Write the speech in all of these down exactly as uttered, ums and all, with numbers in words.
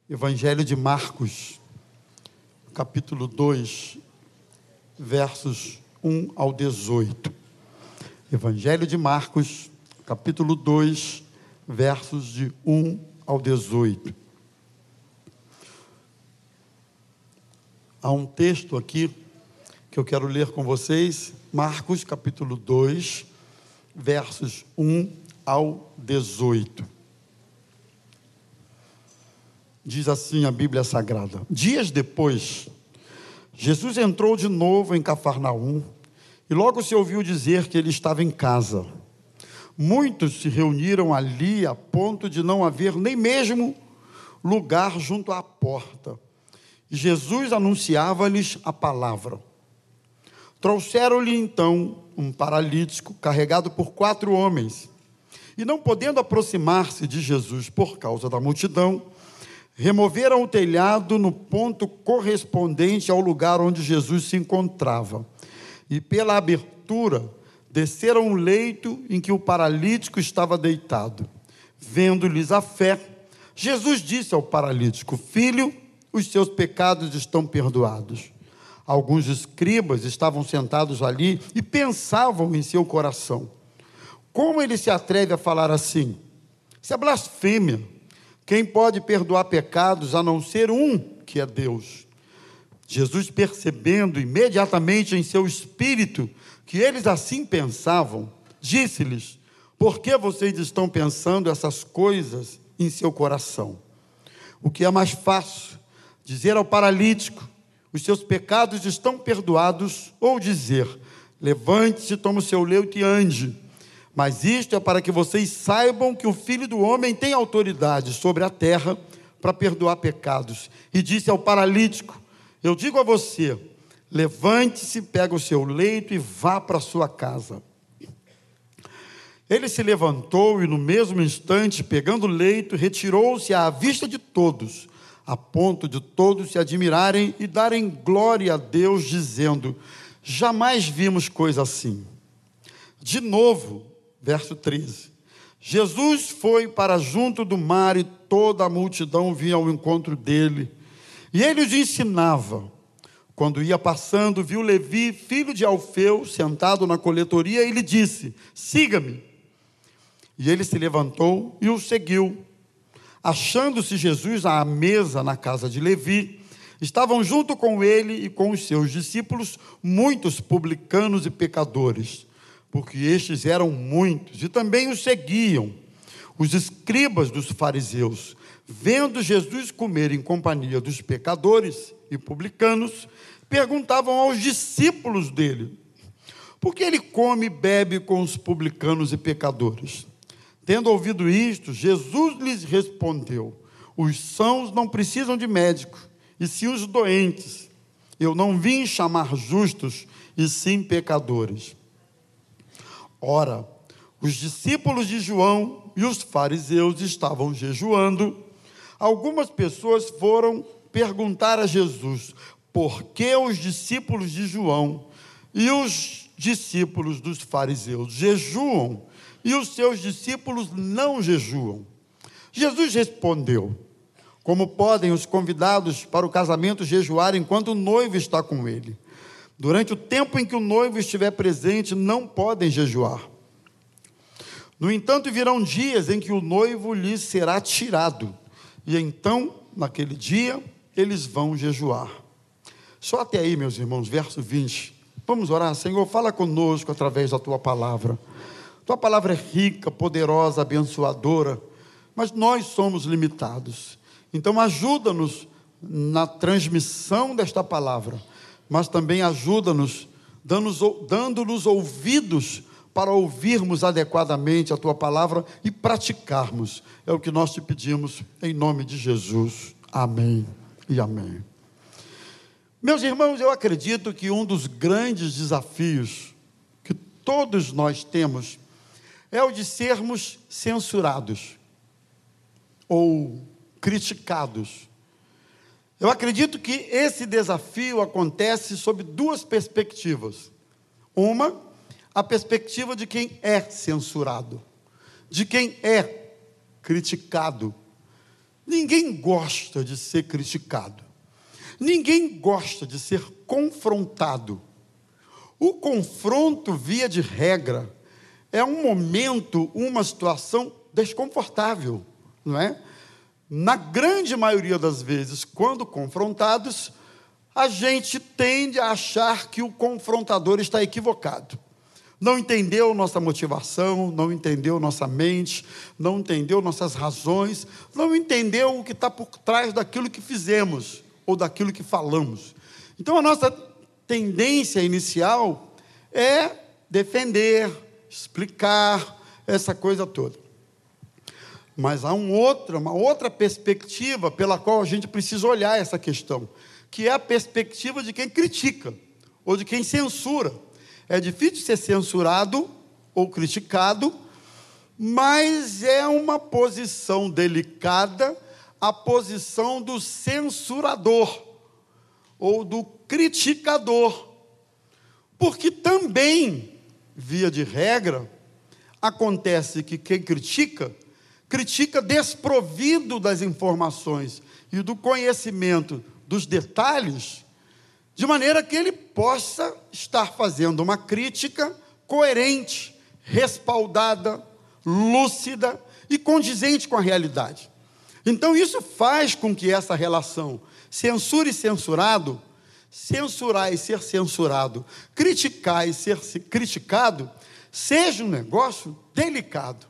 Evangelho de Marcos, capítulo dois, versos um ao dezoito. Evangelho de Marcos, capítulo dois, versos de um ao dezoito. Há um texto aqui que eu quero ler com vocês, Marcos, capítulo dois, versos um ao dezoito. Diz assim a Bíblia Sagrada: Dias depois, Jesus entrou de novo em Cafarnaum, e logo se ouviu dizer que ele estava em casa. Muitos se reuniram ali a ponto de não haver nem mesmo lugar junto à porta. E Jesus anunciava-lhes a palavra. Trouxeram-lhe então um paralítico carregado por quatro homens. E não podendo aproximar-se de Jesus por causa da multidão, removeram o telhado no ponto correspondente ao lugar onde Jesus se encontrava. E pela abertura, desceram um leito em que o paralítico estava deitado. Vendo-lhes a fé, Jesus disse ao paralítico: Filho, os seus pecados estão perdoados. Alguns escribas estavam sentados ali e pensavam em seu coração: como ele se atreve a falar assim? Isso é blasfêmia. Quem pode perdoar pecados a não ser um, que é Deus? Jesus, percebendo imediatamente em seu espírito que eles assim pensavam, disse-lhes: por que vocês estão pensando essas coisas em seu coração? O que é mais fácil, dizer ao paralítico: os seus pecados estão perdoados, ou dizer: levante-se, tome o seu leito e ande? Mas isto é para que vocês saibam que o Filho do Homem tem autoridade sobre a terra para perdoar pecados. E disse ao paralítico: eu digo a você, levante-se, pega o seu leito e vá para a sua casa. Ele se levantou e no mesmo instante, pegando o leito, retirou-se à vista de todos, a ponto de todos se admirarem e darem glória a Deus, dizendo: jamais vimos coisa assim. De novo, verso treze, Jesus foi para junto do mar e toda a multidão vinha ao encontro dele, e ele os ensinava. Quando ia passando, viu Levi, filho de Alfeu, sentado na coletoria, e lhe disse: siga-me. E ele se levantou e o seguiu. Achando-se Jesus à mesa na casa de Levi, estavam junto com ele e com os seus discípulos muitos publicanos e pecadores, porque estes eram muitos, e também os seguiam. Os escribas dos fariseus, vendo Jesus comer em companhia dos pecadores e publicanos, perguntavam aos discípulos dele: por que ele come e bebe com os publicanos e pecadores? Tendo ouvido isto, Jesus lhes respondeu: os sãos não precisam de médico, e sim os doentes. Eu não vim chamar justos, e sim pecadores. Ora, os discípulos de João e os fariseus estavam jejuando. Algumas pessoas foram perguntar a Jesus: por que os discípulos de João e os discípulos dos fariseus jejuam e os seus discípulos não jejuam? Jesus respondeu: como podem os convidados para o casamento jejuar enquanto o noivo está com ele? Durante o tempo em que o noivo estiver presente, não podem jejuar. No entanto, virão dias em que o noivo lhes será tirado, e então, naquele dia, eles vão jejuar. Só até aí, meus irmãos, verso vinte. Vamos orar. Senhor, fala conosco através da Tua palavra. Tua palavra é rica, poderosa, abençoadora, mas nós somos limitados. Então, ajuda-nos na transmissão desta palavra, mas também ajuda-nos, dando-nos ouvidos para ouvirmos adequadamente a Tua palavra e praticarmos. É o que nós te pedimos, em nome de Jesus. Amém e amém. Meus irmãos, eu acredito que um dos grandes desafios que todos nós temos é o de sermos censurados ou criticados. Eu acredito que esse desafio acontece sob duas perspectivas. Uma, a perspectiva de quem é censurado, de quem é criticado. Ninguém gosta de ser criticado. Ninguém gosta de ser confrontado. O confronto, via de regra, é um momento, uma situação desconfortável, não é? Na grande maioria das vezes, quando confrontados, a gente tende a achar que o confrontador está equivocado. Não entendeu nossa motivação, não entendeu nossa mente, não entendeu nossas razões, não entendeu o que está por trás daquilo que fizemos ou daquilo que falamos. Então, a nossa tendência inicial é defender, explicar, essa coisa toda. Mas há um outra, uma outra perspectiva pela qual a gente precisa olhar essa questão, que é a perspectiva de quem critica, ou de quem censura. É difícil ser censurado ou criticado, mas é uma posição delicada, a posição do censurador, ou do criticador. Porque também, via de regra, acontece que quem critica, critica desprovido das informações e do conhecimento dos detalhes, de maneira que ele possa estar fazendo uma crítica coerente, respaldada, lúcida e condizente com a realidade. Então, isso faz com que essa relação censura e censurado, censurar e ser censurado, criticar e ser criticado, seja um negócio delicado.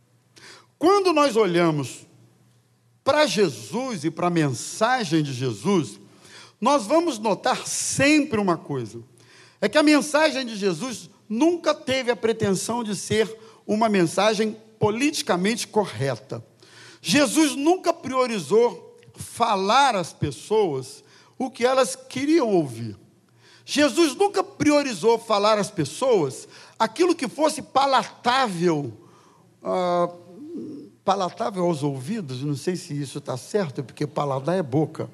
Quando nós olhamos para Jesus e para a mensagem de Jesus, nós vamos notar sempre uma coisa, é que a mensagem de Jesus nunca teve a pretensão de ser uma mensagem politicamente correta. Jesus nunca priorizou falar às pessoas o que elas queriam ouvir. Jesus nunca priorizou falar às pessoas aquilo que fosse palatável, ah, palatável aos ouvidos, não sei se isso está certo, porque paladar é boca.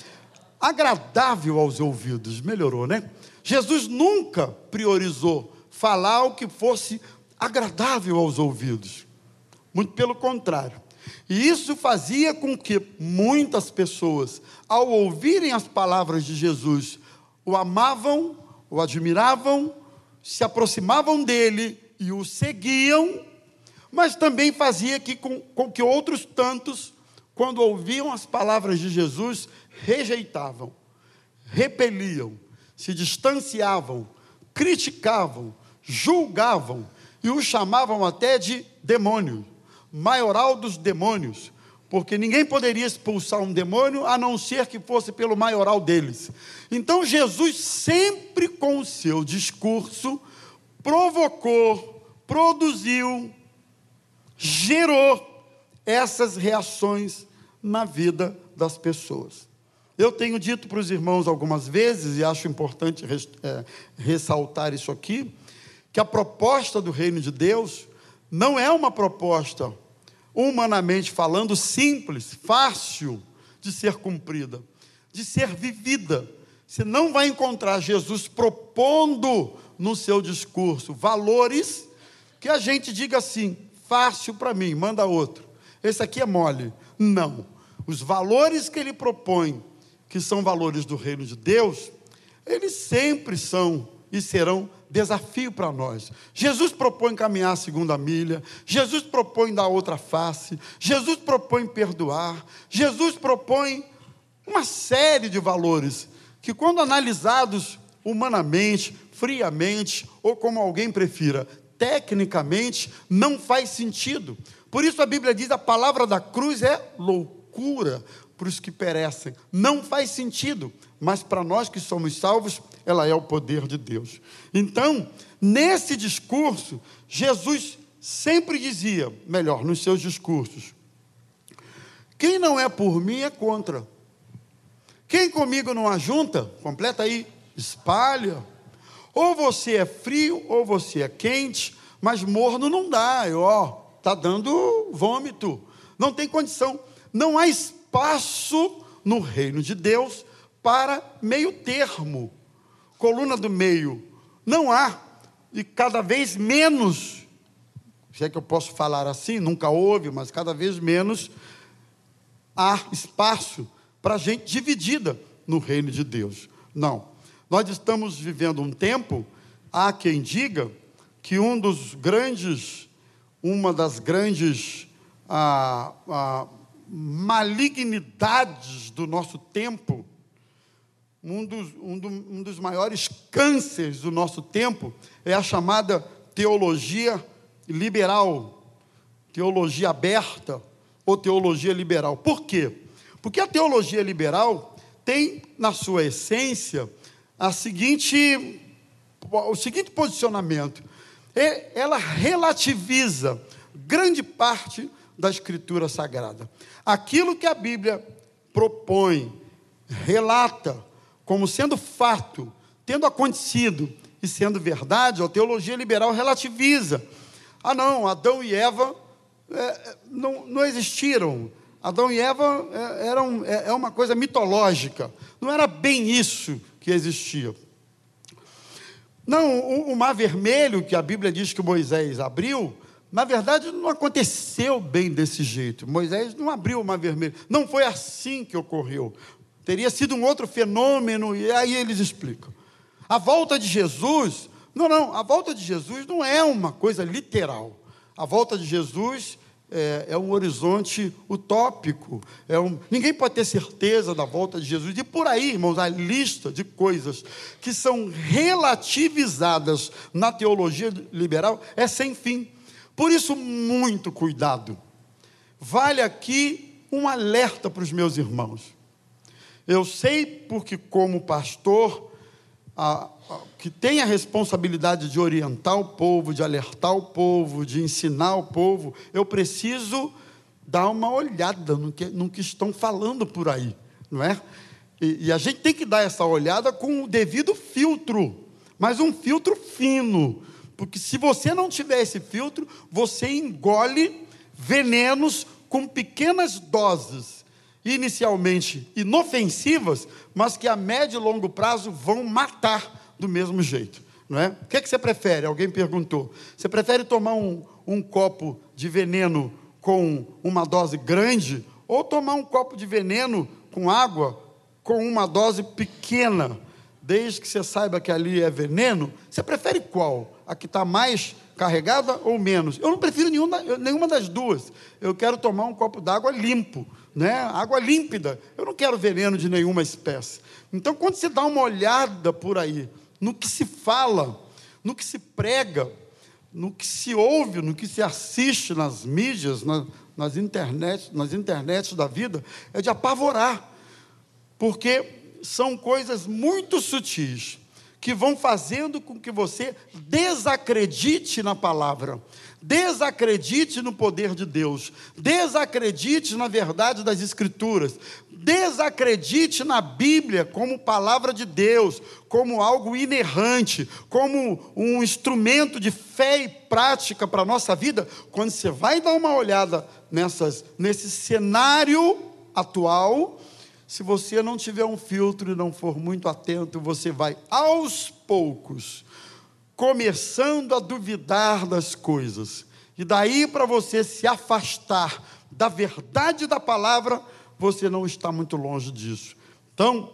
Agradável aos ouvidos, melhorou, né? Jesus nunca priorizou falar o que fosse agradável aos ouvidos, muito pelo contrário. E isso fazia com que muitas pessoas, ao ouvirem as palavras de Jesus, o amavam, o admiravam, se aproximavam dele e o seguiam, mas também fazia que, com, com que outros tantos, quando ouviam as palavras de Jesus, rejeitavam, repeliam, se distanciavam, criticavam, julgavam e o chamavam até de demônio, maioral dos demônios, porque ninguém poderia expulsar um demônio a não ser que fosse pelo maioral deles. Então Jesus sempre com o seu discurso provocou, produziu, gerou essas reações na vida das pessoas. Eu tenho dito para os irmãos algumas vezes, e acho importante res, é, ressaltar isso aqui, que a proposta do reino de Deus não é uma proposta, humanamente falando, simples, fácil de ser cumprida, de ser vivida. Você não vai encontrar Jesus propondo no seu discurso valores que a gente diga assim, fácil para mim, manda outro. Esse aqui é mole. Não. Os valores que ele propõe, que são valores do reino de Deus, eles sempre são e serão desafio para nós. Jesus propõe caminhar a segunda milha, Jesus propõe dar outra face, Jesus propõe perdoar, Jesus propõe uma série de valores que, quando analisados humanamente, friamente, ou como alguém prefira, tecnicamente, não faz sentido. Por isso a Bíblia diz, a palavra da cruz é loucura para os que perecem. Não faz sentido, mas para nós que somos salvos, ela é o poder de Deus. Então, nesse discurso, Jesus sempre dizia, melhor, nos seus discursos, quem não é por mim é contra. Quem comigo não ajunta, completa aí, espalha. Ou você é frio, ou você é quente, mas morno não dá, ó, está dando vômito, não tem condição. Não há espaço no reino de Deus para meio termo, coluna do meio, não há, e cada vez menos, se é que eu posso falar assim, nunca houve, mas cada vez menos, há espaço para gente dividida no reino de Deus. Não. Nós estamos vivendo um tempo, há quem diga, que um dos grandes, uma das grandes ah, ah, malignidades do nosso tempo, um dos, um, do, um dos maiores cânceres do nosso tempo, é a chamada teologia liberal, teologia aberta ou teologia liberal. Por quê? Porque a teologia liberal tem, na sua essência, a seguinte, o seguinte posicionamento. Ela relativiza grande parte da Escritura Sagrada. Aquilo que a Bíblia propõe, relata, como sendo fato, tendo acontecido e sendo verdade, a teologia liberal relativiza. Ah, não, Adão e Eva é, não, não existiram. Adão e Eva é, eram, é, é uma coisa mitológica. Não era bem isso que existia. Não, o, o Mar Vermelho, que a Bíblia diz que Moisés abriu, na verdade não aconteceu bem desse jeito. Moisés não abriu o Mar Vermelho. Não foi assim que ocorreu. Teria sido um outro fenômeno, e aí eles explicam. A volta de Jesus, não, não, a volta de Jesus não é uma coisa literal. A volta de Jesus é, é um horizonte utópico. É um, ninguém pode ter certeza da volta de Jesus. E por aí, irmãos, a lista de coisas que são relativizadas na teologia liberal é sem fim. Por isso, muito cuidado. Vale aqui um alerta para os meus irmãos. Eu sei porque, como pastor, a, a, que tem a responsabilidade de orientar o povo, de alertar o povo, de ensinar o povo, eu preciso dar uma olhada no que, no que estão falando por aí, não é? E, e a gente tem que dar essa olhada com o devido filtro, mas um filtro fino, porque se você não tiver esse filtro, você engole venenos com pequenas doses, inicialmente inofensivas, mas que a médio e longo prazo vão matar do mesmo jeito, não é? O que é que você prefere? Alguém perguntou. Você prefere tomar um, um copo de veneno com uma dose grande ou tomar um copo de veneno com água com uma dose pequena? Desde que você saiba que ali é veneno, você prefere qual? A que está mais carregada ou menos? Eu não prefiro nenhuma, nenhuma das duas. Eu quero tomar um copo d'água limpo, né? Água límpida. Eu não quero veneno de nenhuma espécie. Então, quando você dá uma olhada por aí, no que se fala, no que se prega, no que se ouve, no que se assiste nas mídias, na, nas internet, nas internets da vida, é de apavorar, porque são coisas muito sutis, que vão fazendo com que você desacredite na palavra, desacredite no poder de Deus, desacredite na verdade das Escrituras, desacredite na Bíblia como palavra de Deus, como algo inerrante, como um instrumento de fé e prática para a nossa vida. Quando você vai dar uma olhada nessas, nesse cenário atual, se você não tiver um filtro e não for muito atento, você vai, aos poucos, começando a duvidar das coisas. E daí, para você se afastar da verdade da palavra, você não está muito longe disso. Então,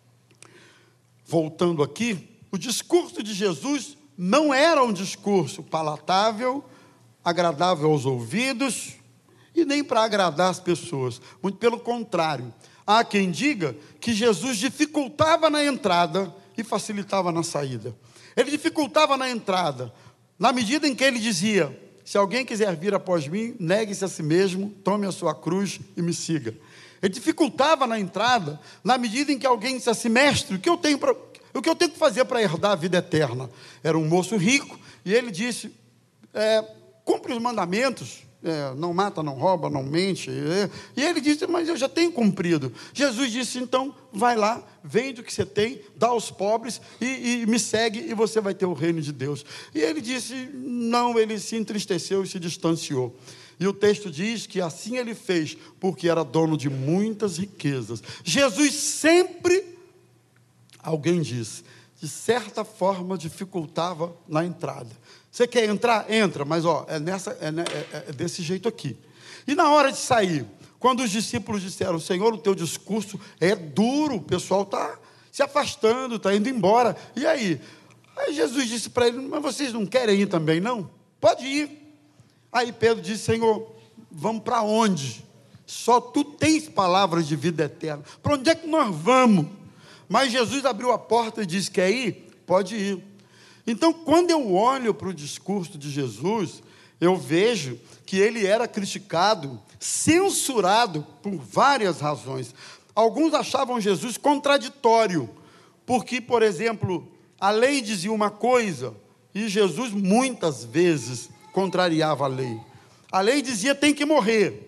voltando aqui, o discurso de Jesus não era um discurso palatável, agradável aos ouvidos, e nem para agradar as pessoas. Muito pelo contrário. Há quem diga que Jesus dificultava na entrada e facilitava na saída. Ele dificultava na entrada, na medida em que ele dizia: se alguém quiser vir após mim, negue-se a si mesmo, tome a sua cruz e me siga. Ele dificultava na entrada, na medida em que alguém disse assim: mestre, o que eu tenho, pra, o que eu tenho que fazer para herdar a vida eterna? Era um moço rico, e ele disse: é, cumpre os mandamentos. É, não mata, não rouba, não mente. É. E ele disse: mas eu já tenho cumprido. Jesus disse: então, vai lá, vende o que você tem, dá aos pobres e, e me segue e você vai ter o reino de Deus. E ele disse: não, ele se entristeceu e se distanciou. E o texto diz que assim ele fez, porque era dono de muitas riquezas. Jesus sempre, alguém disse, de certa forma dificultava na entrada. Você quer entrar? Entra, mas ó, é, nessa, é, é, é desse jeito aqui. E na hora de sair, Quando os discípulos disseram: Senhor, o teu discurso é duro, o pessoal está se afastando, está indo embora. E aí? Aí Jesus disse para ele: mas vocês não querem ir também, não? Pode ir. Aí Pedro disse: Senhor, vamos para onde? Só tu tens palavras de vida eterna. Para onde é que nós vamos? Mas Jesus abriu a porta e disse: quer ir? Pode ir. Então, quando eu olho para o discurso de Jesus, eu vejo que ele era criticado, censurado por várias razões. Alguns achavam Jesus contraditório, porque, por exemplo, a lei dizia uma coisa e Jesus muitas vezes contrariava a lei. A lei dizia: tem que morrer.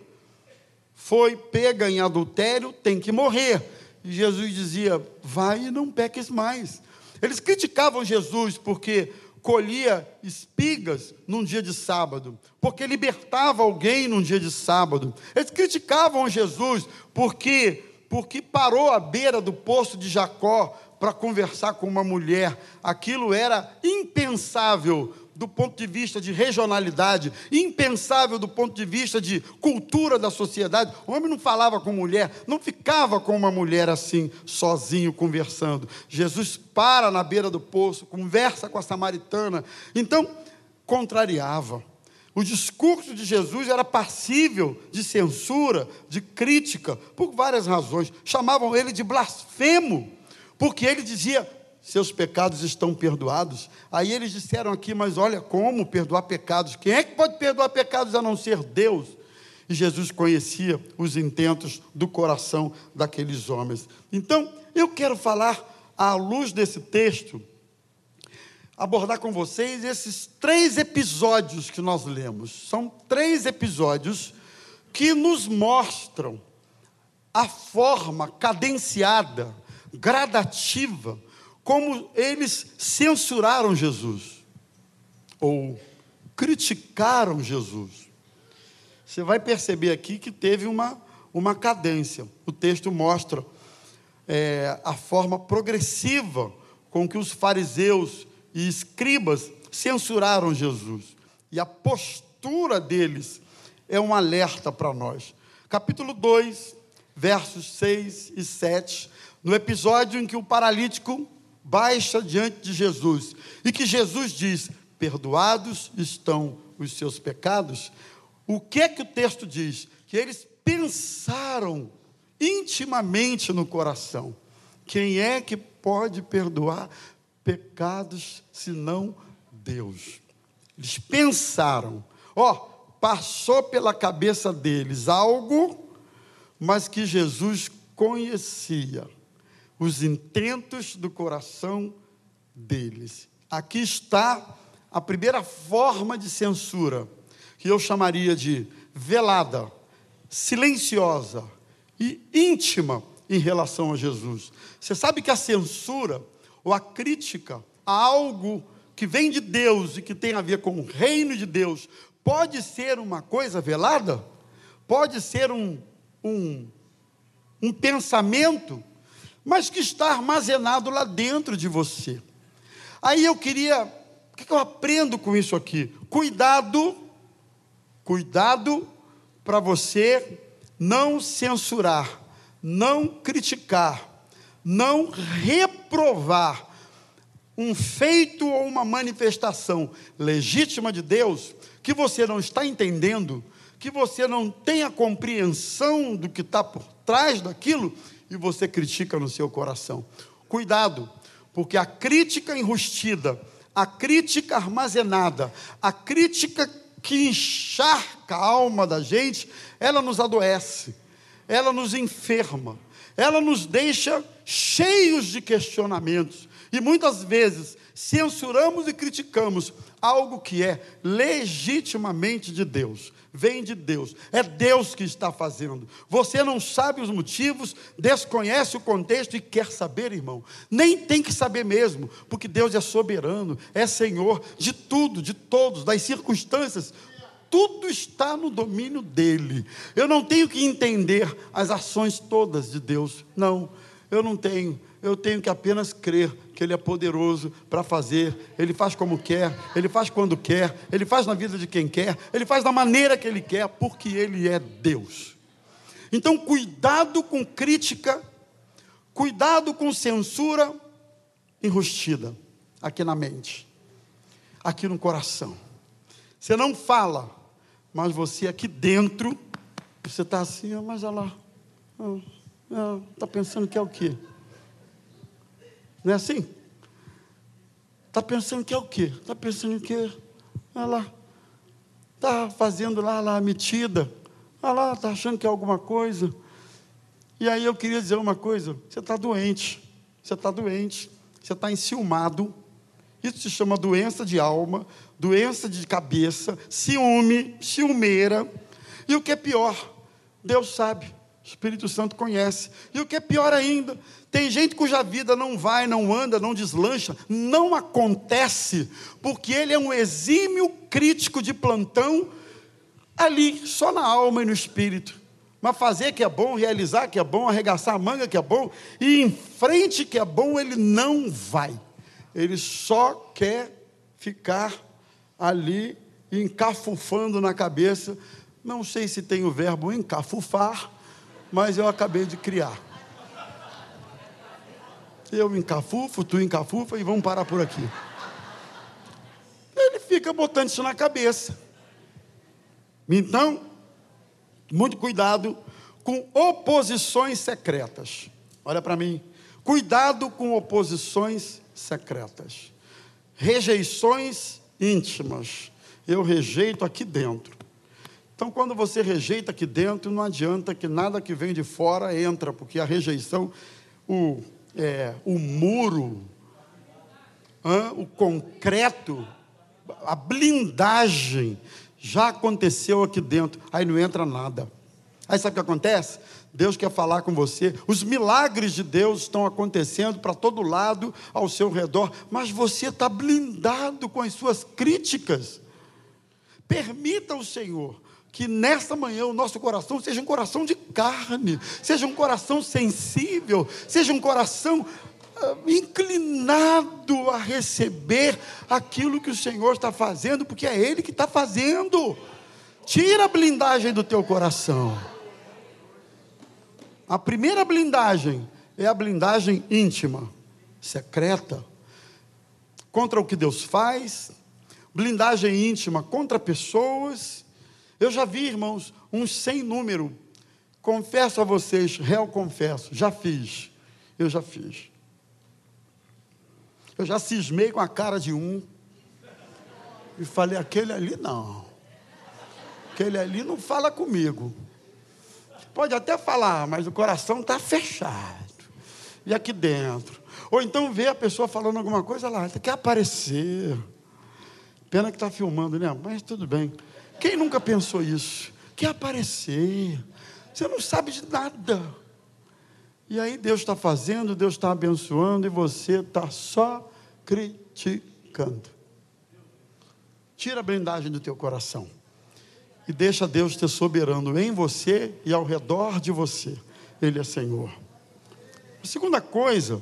Foi pega em adultério, tem que morrer. E Jesus dizia: vai e não peques mais. Eles criticavam Jesus porque colhia espigas num dia de sábado, porque libertava alguém num dia de sábado. Eles criticavam Jesus porque, porque parou à beira do poço de Jacó para conversar com uma mulher. Aquilo era impensável do ponto de vista de regionalidade, impensável do ponto de vista de cultura da sociedade. O homem não falava com mulher, não ficava com uma mulher assim, sozinho, conversando. Jesus para na beira do poço, conversa com a samaritana. Então, contrariava. O discurso de Jesus era passível de censura, de crítica, por várias razões. Chamavam ele de blasfemo, porque ele dizia: seus pecados estão perdoados. Aí eles disseram aqui: mas olha, como perdoar pecados? Quem é que pode perdoar pecados a não ser Deus? E Jesus conhecia os intentos do coração daqueles homens. Então, eu quero falar, à luz desse texto, abordar com vocês esses três episódios que nós lemos. São três episódios que nos mostram a forma cadenciada, gradativa, como eles censuraram Jesus, ou criticaram Jesus. Você vai perceber aqui que teve uma, uma cadência. O texto mostra é, a forma progressiva com que os fariseus e escribas censuraram Jesus. E a postura deles é um alerta para nós. Capítulo dois, versos seis e sete, no episódio em que o paralítico baixa diante de Jesus, e que Jesus diz: perdoados estão os seus pecados. O que é que o texto diz? Que eles pensaram intimamente no coração: quem é que pode perdoar pecados senão Deus? Eles pensaram, ó, oh, passou pela cabeça deles algo, mas que Jesus conhecia os intentos do coração deles. Aqui está a primeira forma de censura, que eu chamaria de velada, silenciosa e íntima em relação a Jesus. Você sabe que a censura ou a crítica a algo que vem de Deus e que tem a ver com o reino de Deus pode ser uma coisa velada? Pode ser um, um, um pensamento, mas que está armazenado lá dentro de você. Aí eu queria, o que eu aprendo com isso aqui? Cuidado, cuidado para você não censurar, não criticar, não reprovar um feito ou uma manifestação legítima de Deus, que você não está entendendo, que você não tem a compreensão do que está por trás daquilo, e você critica no seu coração. Cuidado, porque a crítica enrustida, a crítica armazenada, a crítica que encharca a alma da gente, ela nos adoece, ela nos enferma, ela nos deixa cheios de questionamentos, e muitas vezes censuramos e criticamos algo que é legitimamente de Deus, vem de Deus, é Deus que está fazendo. Você não sabe os motivos, desconhece o contexto e quer saber, irmão, nem tem que saber mesmo, porque Deus é soberano, é Senhor de tudo, de todos, das circunstâncias. Tudo está no domínio dele. Eu não tenho que entender as ações todas de Deus, não, eu não tenho. Eu tenho que apenas crer que Ele é poderoso para fazer. Ele faz como quer, Ele faz quando quer, Ele faz na vida de quem quer, Ele faz da maneira que Ele quer, porque Ele é Deus. Então, cuidado com crítica, cuidado com censura enrustida, aqui na mente, aqui no coração. Você não fala, mas você aqui dentro, você está assim, ah, mas olha lá, está pensando que é o quê? Não é assim? Está pensando que é o quê? Está pensando que, olha lá, está fazendo lá, lá, metida, olha lá, está achando que é alguma coisa. E aí eu queria dizer uma coisa, você está doente, você está doente, você está enciumado, isso se chama doença de alma, doença de cabeça, ciúme, ciumeira, e o que é pior, Deus sabe, o Espírito Santo conhece, e o que é pior ainda, tem gente cuja vida não vai, não anda, não deslancha, não acontece, porque ele é um exímio crítico de plantão, ali, só na alma e no espírito, mas fazer que é bom, realizar que é bom, arregaçar a manga que é bom, e em frente que é bom, ele não vai, ele só quer ficar ali, encafufando na cabeça, não sei se tem o verbo encafufar, mas eu acabei de criar. Eu encafufo, tu encafufa e vamos parar por aqui. Ele fica botando isso na cabeça. Então, muito cuidado com oposições secretas. Olha para mim. Cuidado com oposições secretas. Rejeições íntimas. Eu rejeito aqui dentro. Então, quando você rejeita aqui dentro, não adianta que nada que vem de fora entra, porque a rejeição, o, é, o muro, hein, o concreto, a blindagem, já aconteceu aqui dentro, aí não entra nada. Aí sabe o que acontece? Deus quer falar com você, os milagres de Deus estão acontecendo para todo lado, ao seu redor, mas você está blindado com as suas críticas. Permita ao Senhor que nesta manhã o nosso coração seja um coração de carne, seja um coração sensível, seja um coração uh, inclinado a receber aquilo que o Senhor está fazendo, porque é Ele que está fazendo. Tira a blindagem do teu coração. A primeira blindagem é a blindagem íntima, secreta, contra o que Deus faz, blindagem íntima contra pessoas. Eu já vi, irmãos, um sem número, confesso a vocês, réu confesso, já fiz, eu já fiz. Eu já cismei com a cara de um, e falei, aquele ali não, aquele ali não fala comigo. Pode até falar, mas o coração está fechado, e aqui dentro. Ou então vê a pessoa falando alguma coisa lá, quer aparecer, pena que está filmando, né? Mas tudo bem. Quem nunca pensou isso? Quer aparecer, você não sabe de nada, e aí Deus está fazendo, Deus está abençoando, e você está só criticando. Tira a blindagem do teu coração, e deixa Deus ser soberano em você, e ao redor de você, Ele é Senhor. A segunda coisa,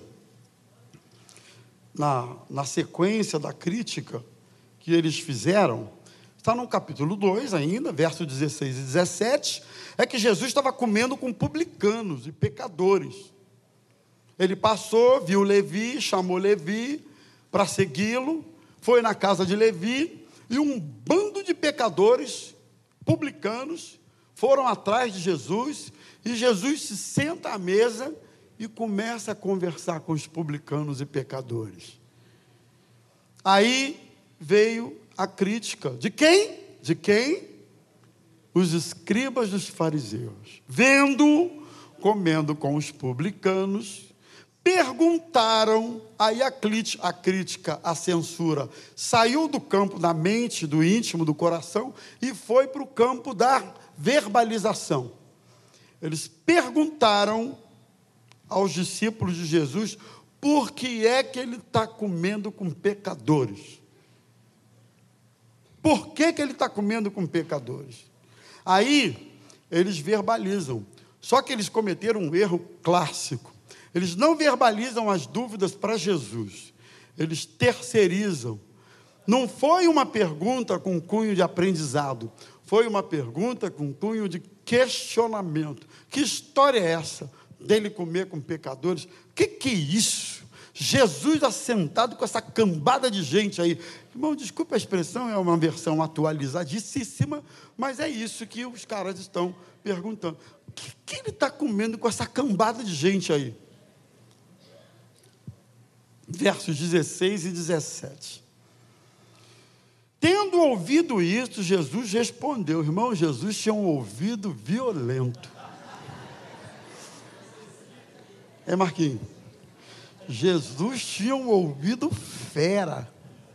na, na sequência da crítica que eles fizeram, está no capítulo dois ainda, versos dezesseis e dezessete, é que Jesus estava comendo com publicanos e pecadores. Ele passou, viu Levi, chamou Levi para segui-lo, foi na casa de Levi, e um bando de pecadores, publicanos, foram atrás de Jesus, e Jesus se senta à mesa e começa a conversar com os publicanos e pecadores. Aí veio a crítica, de quem? De quem? Os escribas dos fariseus, vendo, comendo com os publicanos, perguntaram, aí a crítica, a crítica, a censura, saiu do campo da mente, do íntimo, do coração, e foi para o campo da verbalização. Eles perguntaram aos discípulos de Jesus, por que é que ele está comendo com pecadores? Por que que ele está comendo com pecadores? Aí, eles verbalizam. Só que eles cometeram um erro clássico. Eles não verbalizam as dúvidas para Jesus. Eles terceirizam. Não foi uma pergunta com cunho de aprendizado. Foi uma pergunta com cunho de questionamento. Que história é essa dele comer com pecadores? O que, que é isso? Jesus assentado com essa cambada de gente aí. Irmão, desculpa a expressão, é uma versão atualizadíssima, mas é isso que os caras estão perguntando. O que, que ele está comendo com essa cambada de gente aí? Versos dezesseis e dezessete. Tendo ouvido isso, Jesus respondeu. Irmão, Jesus tinha um ouvido violento. É, Marquinhos? Jesus tinha um ouvido fera.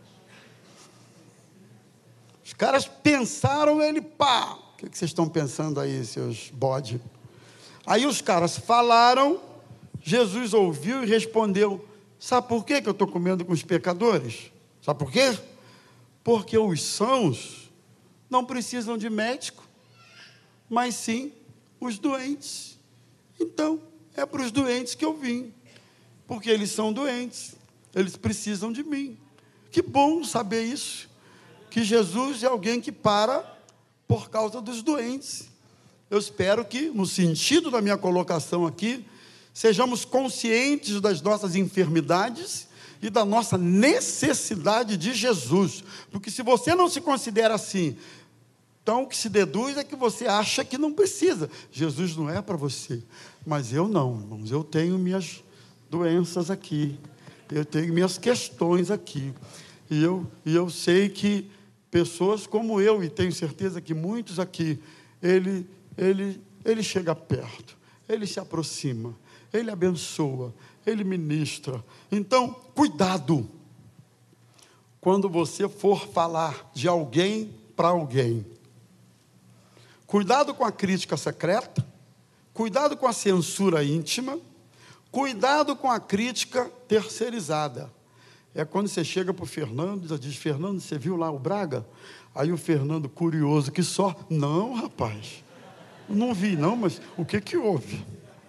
Os caras pensaram, ele, pá. O que vocês estão pensando aí, seus bode? Aí os caras falaram, Jesus ouviu e respondeu. Sabe por quê que eu estou comendo com os pecadores? Sabe por quê? Porque os sãos não precisam de médico, mas sim os doentes. Então, é para os doentes que eu vim, porque eles são doentes, eles precisam de mim. Que bom saber isso, que Jesus é alguém que para por causa dos doentes. Eu espero que, no sentido da minha colocação aqui, sejamos conscientes das nossas enfermidades e da nossa necessidade de Jesus, porque se você não se considera assim, então o que se deduz é que você acha que não precisa. Jesus não é para você, mas eu não, irmãos, eu tenho minhas doenças aqui, eu tenho minhas questões aqui, e eu, e eu sei que pessoas como eu, e tenho certeza que muitos aqui, ele, ele, ele chega perto, ele se aproxima, ele abençoa, ele ministra. Então, cuidado, quando você for falar de alguém para alguém. Cuidado com a crítica secreta, cuidado com a censura íntima, cuidado com a crítica terceirizada. É quando você chega para o Fernando e diz, Fernando, você viu lá o Braga? Aí o Fernando, curioso, que só, não, rapaz, não vi não, mas o que que houve?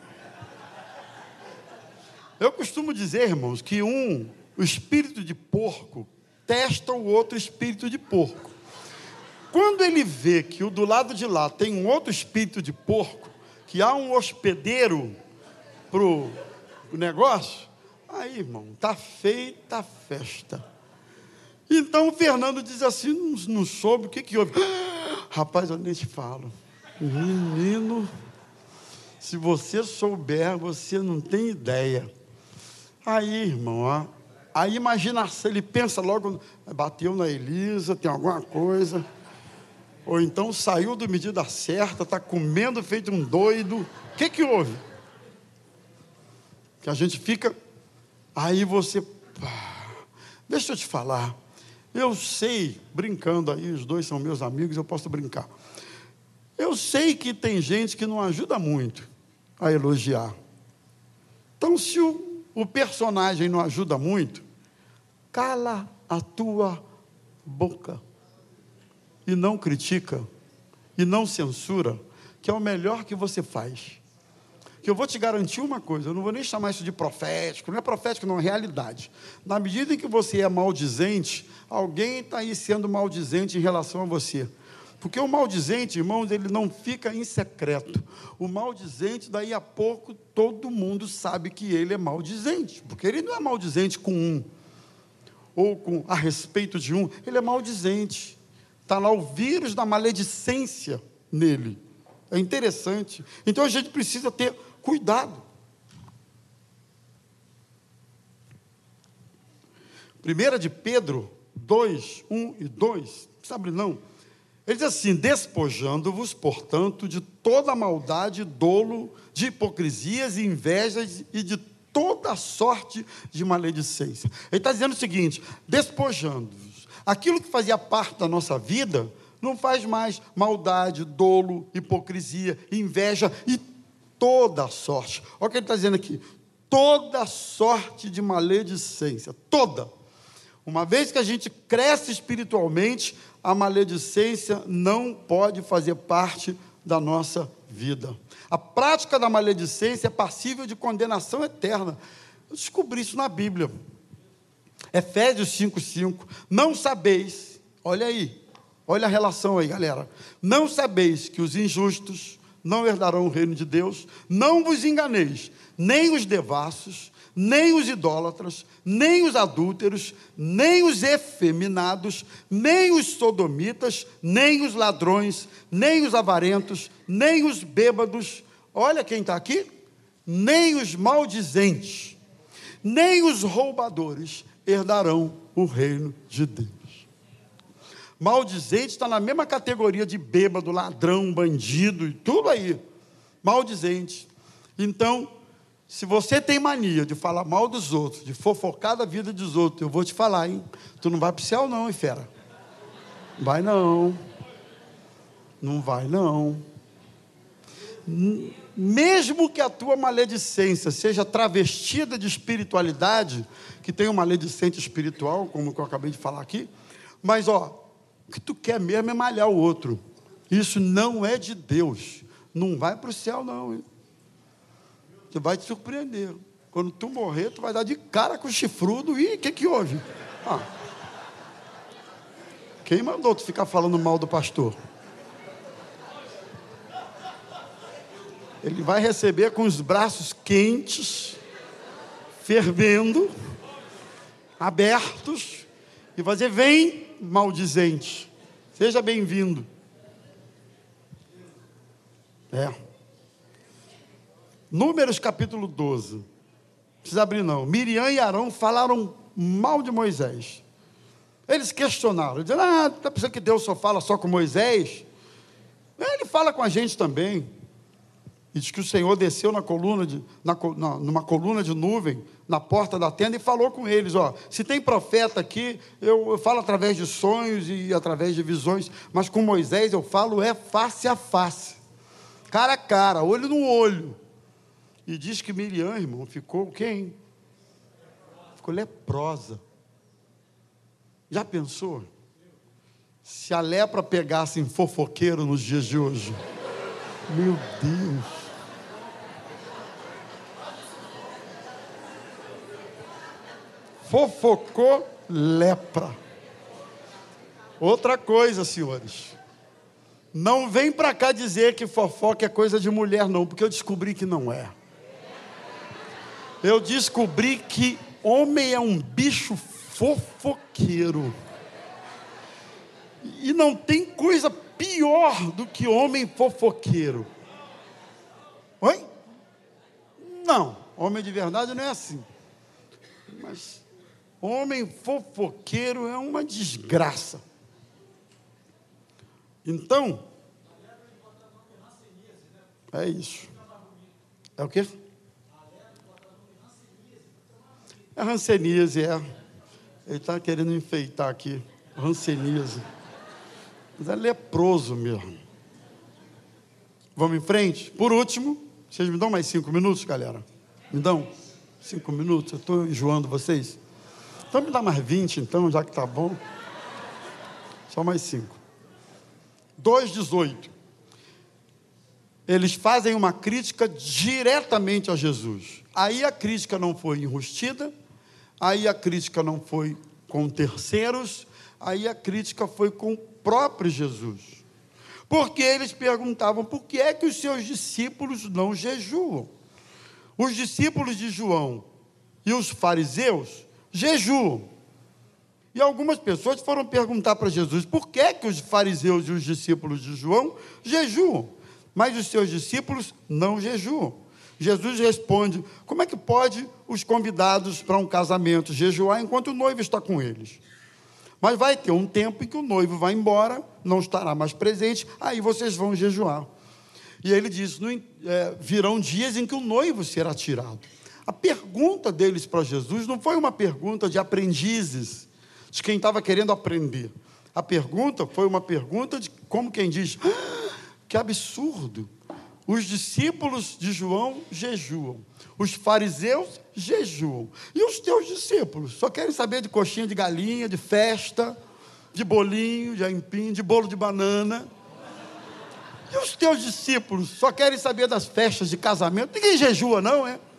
Eu costumo dizer, irmãos, que um, o espírito de porco, testa o outro espírito de porco. Quando ele vê que o do lado de lá tem um outro espírito de porco, que há um hospedeiro para o negócio, aí, irmão, está feita a festa. Então o Fernando diz assim, não, não soube o que que houve. Ah, rapaz, eu nem te falo. Menino, se você souber, você não tem ideia. Aí, irmão, ó, a imaginação, ele pensa logo, bateu na Elisa, tem alguma coisa, ou então saiu do medida certa, está comendo feito um doido. O que que houve? Que a gente fica, aí você, pá, deixa eu te falar, eu sei, brincando aí, os dois são meus amigos, eu posso brincar, eu sei que tem gente que não ajuda muito a elogiar. Então, se o o personagem não ajuda muito, cala a tua boca e não critica e não censura, que é o melhor que você faz. Que eu vou te garantir uma coisa, eu não vou nem chamar isso de profético, não é profético, não, é realidade. Na medida em que você é maldizente, alguém está aí sendo maldizente em relação a você. Porque o maldizente, irmãos, ele não fica em secreto. O maldizente, daí a pouco, todo mundo sabe que ele é maldizente. Porque ele não é maldizente com um, ou com a respeito de um, ele é maldizente. Está lá o vírus da maledicência nele. É interessante. Então a gente precisa ter cuidado. Primeira de Pedro dois, um e dois, sabe não? Ele diz assim, despojando-vos, portanto, de toda maldade, dolo, de hipocrisias e invejas e de toda sorte de maledicência. Ele está dizendo o seguinte, despojando-vos. Aquilo que fazia parte da nossa vida, não faz mais maldade, dolo, hipocrisia, inveja e toda sorte. Olha o que ele está dizendo aqui. Toda sorte de maledicência. Toda. Uma vez que a gente cresce espiritualmente, a maledicência não pode fazer parte da nossa vida. A prática da maledicência é passível de condenação eterna. Eu descobri isso na Bíblia. Efésios cinco, cinco. Não sabeis, olha aí, Olha a relação aí, galera. Não sabeis que os injustos não herdarão o reino de Deus? Não vos enganeis, nem os devassos, nem os idólatras, nem os adúlteros, nem os efeminados, nem os sodomitas, nem os ladrões, nem os avarentos, nem os bêbados. Olha quem está aqui. Nem os maldizentes, nem os roubadores herdarão o reino de Deus. Maldizente está na mesma categoria de bêbado, ladrão, bandido e tudo aí. Maldizente. Então, se você tem mania de falar mal dos outros, de fofocar da vida dos outros, eu vou te falar, hein? Tu não vai para o céu não, hein, fera? Vai não. Não vai não. Mesmo que a tua maledicência seja travestida de espiritualidade, que tem um maledicente espiritual, como eu acabei de falar aqui, mas ó, o que tu quer mesmo é malhar o outro. Isso não é de Deus. Não vai para o céu não, hein? Você vai te surpreender. Quando tu morrer, tu vai dar de cara com o chifrudo. E o que que houve? Ah, quem mandou tu ficar falando mal do pastor? Ele vai receber com os braços quentes, fervendo, abertos, e vai dizer: vem, maldizente, seja bem-vindo. É. Números capítulo doze. Não precisa abrir não. Miriam e Arão falaram mal de Moisés. Eles questionaram, dizendo: ah, está pensando que Deus só fala só com Moisés? Ele fala com a gente também. E diz que o Senhor desceu na coluna de, na, na, numa coluna de nuvem, na porta da tenda, e falou com eles: ó, se tem profeta aqui, eu, eu falo através de sonhos e através de visões, mas com Moisés eu falo é face a face, cara a cara, olho no olho. E diz que Miriam, irmão, ficou quem? Ficou leprosa. Já pensou? Se a lepra pegasse em fofoqueiro nos dias de hoje? Meu Deus. Fofocou, lepra. Outra coisa, senhores. Não vem para cá dizer que fofoca é coisa de mulher, não, porque eu descobri que não é. Eu descobri que homem é um bicho fofoqueiro. E não tem coisa pior do que homem fofoqueiro. Oi? Não, homem de verdade não é assim. Mas homem fofoqueiro é uma desgraça. Então, é isso. É o quê? É hanseníase, é. Ele está querendo enfeitar aqui. Hanseníase. Mas é leproso mesmo. Vamos em frente? Por último, vocês me dão mais cinco minutos, galera? Me dão cinco minutos? Eu estou enjoando vocês? Então me dá mais vinte, então, já que está bom. Só mais cinco. dois, dezoito. Eles fazem uma crítica diretamente a Jesus. Aí a crítica não foi enrustida, aí a crítica não foi com terceiros, aí a crítica foi com o próprio Jesus. Porque eles perguntavam: por que é que os seus discípulos não jejuam? Os discípulos de João e os fariseus jejuam. E algumas pessoas foram perguntar para Jesus: por que é que os fariseus e os discípulos de João jejuam, mas os seus discípulos não jejuam? Jesus responde: como é que pode os convidados para um casamento jejuar enquanto o noivo está com eles? Mas vai ter um tempo em que o noivo vai embora, não estará mais presente, aí vocês vão jejuar. E ele diz: no, é, virão dias em que o noivo será tirado. A pergunta deles para Jesus não foi uma pergunta de aprendizes, de quem estava querendo aprender. A pergunta foi uma pergunta de, como quem diz: ah, que absurdo, os discípulos de João jejuam, os fariseus jejuam, e os teus discípulos só querem saber de coxinha de galinha, de festa, de bolinho, de aipim, de bolo de banana. E os teus discípulos só querem saber das festas de casamento. Ninguém jejua não, é?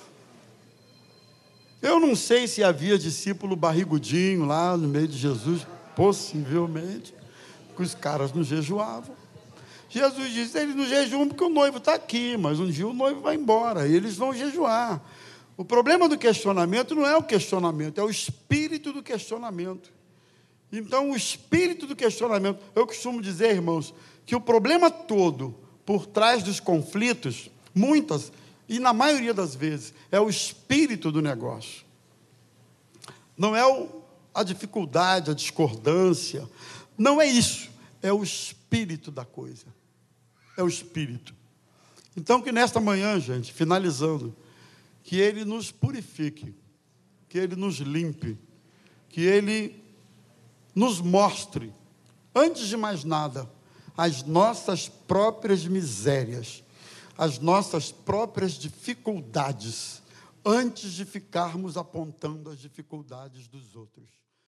Eu não sei se havia discípulo barrigudinho lá no meio de Jesus, possivelmente. que os caras não jejuavam. Jesus disse, eles não jejuam porque o noivo está aqui, mas um dia o noivo vai embora, e eles vão jejuar. O problema do questionamento não é o questionamento, é o espírito do questionamento. Então, o espírito do questionamento, eu costumo dizer, irmãos, que o problema todo por trás dos conflitos, muitas, e na maioria das vezes, é o espírito do negócio. Não é o, a dificuldade, a discordância, não é isso, é o espírito da coisa. É o espírito. Então, que nesta manhã, gente, finalizando, que Ele nos purifique, que Ele nos limpe, que Ele nos mostre, antes de mais nada, as nossas próprias misérias, as nossas próprias dificuldades, antes de ficarmos apontando as dificuldades dos outros.